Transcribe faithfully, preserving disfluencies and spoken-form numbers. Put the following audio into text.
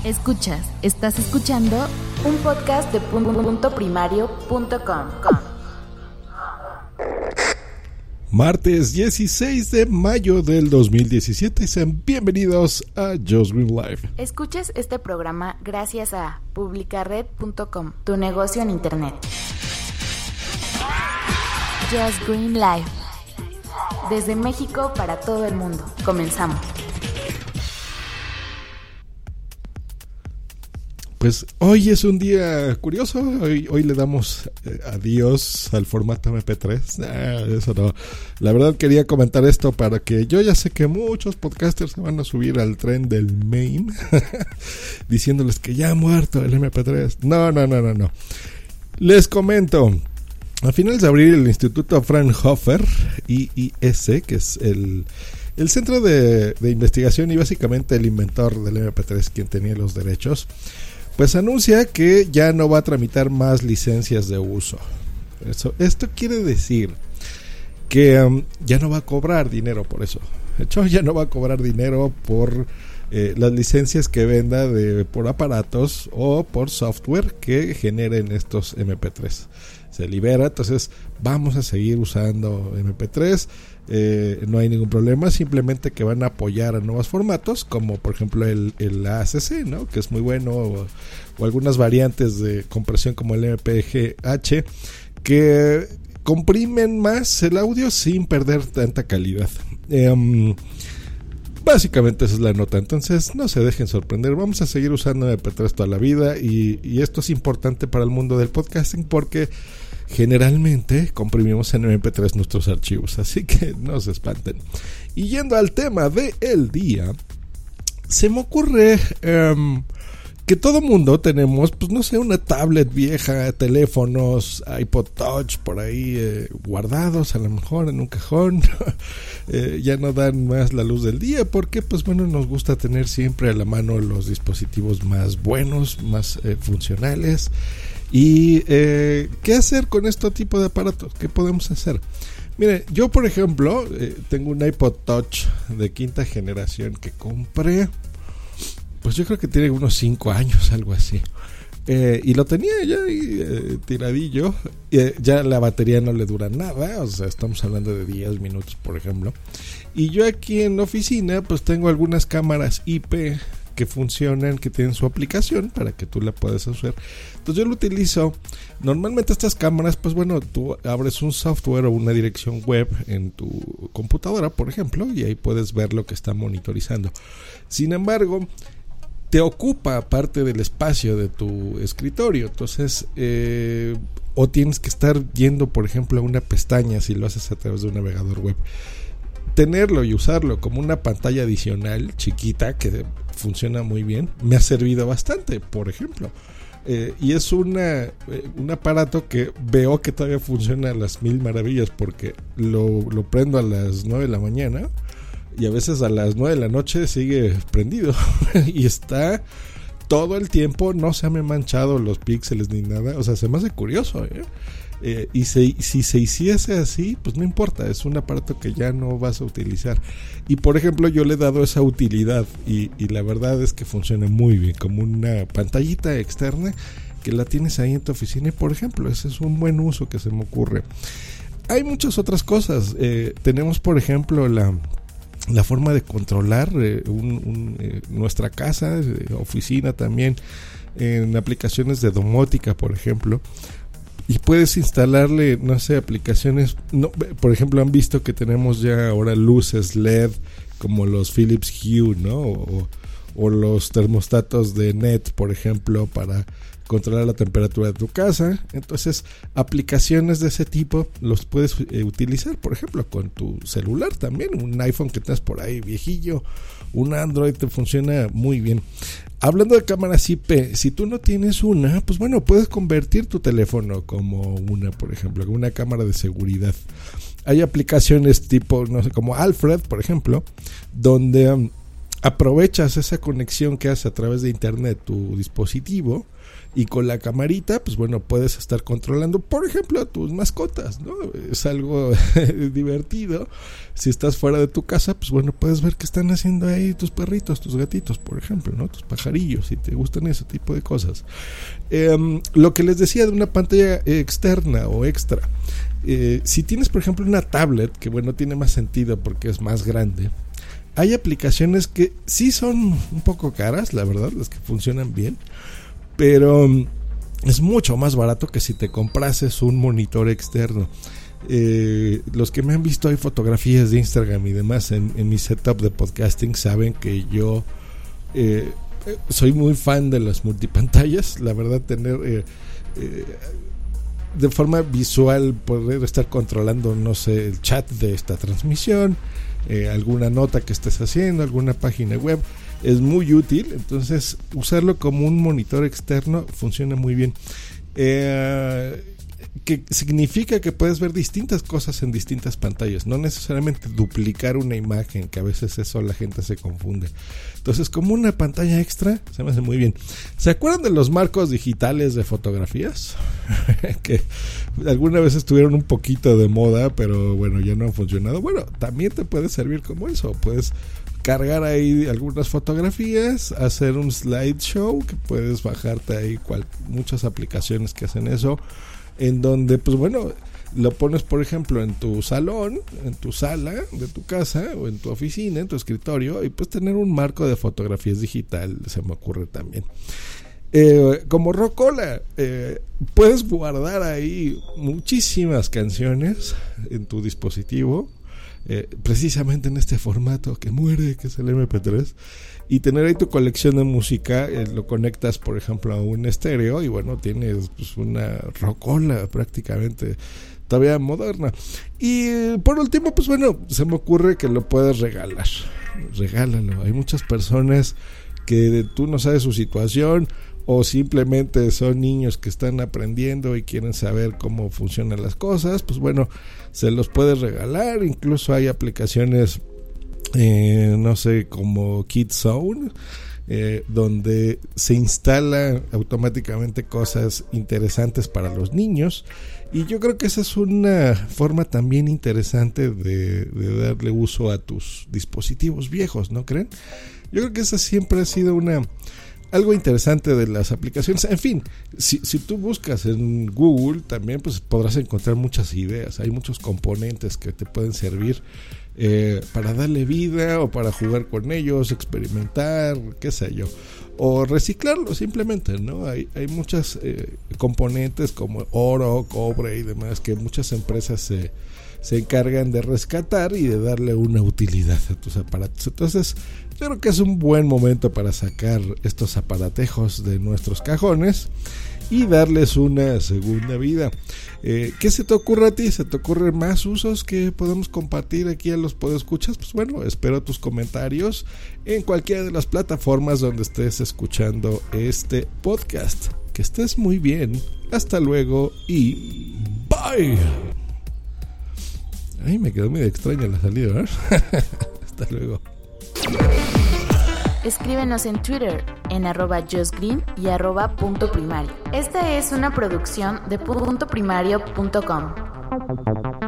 Escuchas, estás escuchando un podcast de punto primario punto com. Martes dieciséis de mayo del dos mil diecisiete, sean bienvenidos a Just Green Live. Escuchas este programa gracias a publicared punto com, tu negocio en internet. Just Green Live. Desde México para todo el mundo. Comenzamos. Pues hoy es un día curioso, hoy, hoy le damos eh, adiós al formato eme pe tres, nah, eso no, la verdad quería comentar esto para que yo ya sé que muchos podcasters se van a subir al tren del meme, diciéndoles que ya ha muerto el eme pe tres, no, no, no, no, no, les comento, a finales de abril el Instituto Fraunhofer, I I ese, que es el... El centro de, de investigación y básicamente el inventor del eme pe tres, quien tenía los derechos, pues anuncia que ya no va a tramitar más licencias de uso. Eso, esto quiere decir que um, ya no va a cobrar dinero por eso. De hecho, ya no va a cobrar dinero por eh, las licencias que venda de, por aparatos o por software que generen estos eme pe tres. Se libera, entonces vamos a seguir usando eme pe tres. Eh, no hay ningún problema, simplemente que van a apoyar a nuevos formatos como por ejemplo el, el A A C, ¿no? Que es muy bueno, o, o algunas variantes de compresión como el eme pe ge hache que comprimen más el audio sin perder tanta calidad. eh, um, básicamente esa es la nota, entonces no se dejen sorprender, vamos a seguir usando eme pe tres toda la vida y, y esto es importante para el mundo del podcasting porque generalmente comprimimos en eme pe tres nuestros archivos, así que no se espanten. Y yendo al tema del día, se me ocurre um, que todo mundo tenemos, pues no sé, una tablet vieja, teléfonos, iPod Touch por ahí eh, guardados a lo mejor en un cajón, eh, ya no dan más la luz del día porque pues bueno, nos gusta tener siempre a la mano los dispositivos más buenos, más eh, funcionales. Y eh, ¿qué hacer con este tipo de aparatos? ¿Qué podemos hacer? Mire, yo por ejemplo eh, tengo un iPod Touch de quinta generación que compré, pues yo creo que tiene unos cinco años, algo así, eh, y lo tenía ya ahí eh, tiradillo, eh, ya la batería no le dura nada, o sea, estamos hablando de diez minutos por ejemplo, y yo aquí en la oficina pues tengo algunas cámaras I Pe que funcionan, que tienen su aplicación para que tú la puedas usar. Entonces yo lo utilizo. Normalmente estas cámaras, pues bueno, tú abres un software o una dirección web en tu computadora, por ejemplo, y ahí puedes ver lo que está monitorizando. Sin embargo, te ocupa parte del espacio de tu escritorio. Entonces, eh, o tienes que estar yendo, por ejemplo, a una pestaña si lo haces a través de un navegador web. Tenerlo y usarlo como una pantalla adicional chiquita que funciona muy bien me ha servido bastante, por ejemplo, eh, y es una eh, un aparato que veo que todavía funciona a las mil maravillas porque lo, lo prendo a las nueve de la mañana y a veces a las nueve de la noche sigue prendido y está todo el tiempo, no se me han manchado los píxeles ni nada, o sea, se me hace curioso, ¿eh? Eh, y se, si se hiciese así, pues no importa, es un aparato que ya no vas a utilizar. Y por ejemplo, yo le he dado esa utilidad y, y la verdad es que funciona muy bien, como una pantallita externa que la tienes ahí en tu oficina. Y por ejemplo, ese es un buen uso que se me ocurre. Hay muchas otras cosas. Eh, tenemos, por ejemplo, la la forma de controlar eh, un, un, eh, nuestra casa, eh, oficina también, en aplicaciones de domótica, por ejemplo. Y puedes instalarle, no sé, aplicaciones, no, por ejemplo, han visto que tenemos ya ahora luces L E D como los Philips Hue, ¿no? O, o los termostatos de N E T, por ejemplo, para controlar la temperatura de tu casa. Entonces, aplicaciones de ese tipo los puedes eh, utilizar, por ejemplo, con tu celular también, un iPhone que tengas por ahí viejillo, un Android te funciona muy bien. Hablando de cámaras I Pe, si tú no tienes una, pues bueno, puedes convertir tu teléfono como una, por ejemplo, como una cámara de seguridad. Hay aplicaciones tipo, no sé, como Alfred, por ejemplo, donde um, aprovechas esa conexión que hace a través de internet tu dispositivo, y con la camarita, pues bueno, puedes estar controlando, por ejemplo, a tus mascotas, ¿no? Es algo divertido. Si estás fuera de tu casa, pues bueno, puedes ver qué están haciendo ahí tus perritos, tus gatitos, por ejemplo, ¿no? Tus pajarillos, si te gustan ese tipo de cosas. Eh, lo que les decía de una pantalla externa o extra. Eh, si tienes, por ejemplo, una tablet, que bueno, tiene más sentido porque es más grande, hay aplicaciones que sí son un poco caras, la verdad, las que funcionan bien, pero es mucho más barato que si te comprases un monitor externo. Eh, los que me han visto, hay fotografías de Instagram y demás en, en mi setup de podcasting, saben que yo eh, soy muy fan de las multipantallas. La verdad, tener eh, eh, de forma visual, poder estar controlando, no sé, el chat de esta transmisión, eh, alguna nota que estés haciendo, alguna página web, es muy útil. Entonces usarlo como un monitor externo funciona muy bien, eh, que significa que puedes ver distintas cosas en distintas pantallas, no necesariamente duplicar una imagen, que a veces eso la gente se confunde. Entonces, como una pantalla extra, se me hace muy bien. ¿Se acuerdan de los marcos digitales de fotografías? Que alguna vez estuvieron un poquito de moda, pero bueno, ya no han funcionado. Bueno, también te puede servir como eso. Puedes cargar ahí algunas fotografías, hacer un slideshow, que puedes bajarte ahí cual, muchas aplicaciones que hacen eso, en donde, pues bueno, lo pones, por ejemplo, en tu salón, en tu sala de tu casa, o en tu oficina, en tu escritorio, y puedes tener un marco de fotografías digital, se me ocurre también. Eh, como Rocola, eh, puedes guardar ahí muchísimas canciones en tu dispositivo, eh, precisamente en este formato que muere, que es el eme pe tres, y tener ahí tu colección de música. Eh, lo conectas, por ejemplo, a un estéreo y bueno, tienes pues una rocola prácticamente todavía moderna. Y por último, pues bueno, se me ocurre que lo puedes regalar. Regálalo. Hay muchas personas que tú no sabes su situación, o simplemente son niños que están aprendiendo y quieren saber cómo funcionan las cosas. Pues bueno, se los puedes regalar. Incluso hay aplicaciones, Eh, no sé, como KidZone, eh, donde se instalan automáticamente cosas interesantes para los niños, y yo creo que esa es una forma también interesante de, de darle uso a tus dispositivos viejos, ¿no creen? Yo creo que esa siempre ha sido una algo interesante de las aplicaciones. En fin, si, si tú buscas en Google también, pues podrás encontrar muchas ideas. Hay muchos componentes que te pueden servir eh, para darle vida, o para jugar con ellos, experimentar, qué sé yo, o reciclarlo simplemente, ¿no? Hay, hay muchas eh, componentes como oro, cobre y demás que muchas empresas se, se encargan de rescatar y de darle una utilidad a tus aparatos. Entonces, yo creo que es un buen momento para sacar estos aparatejos de nuestros cajones y darles una segunda vida. Eh, ¿Qué se te ocurre a ti? ¿Se te ocurren más usos que podemos compartir aquí a los podescuchas? Pues bueno, espero tus comentarios en cualquiera de las plataformas donde estés escuchando este podcast. Que estés muy bien. Hasta luego y bye. Ay, me quedó muy extraña la salida, ¿eh? Hasta luego. Escríbenos en Twitter en arroba justgreen y arroba punto primario. Esta es una producción de punto primario punto com.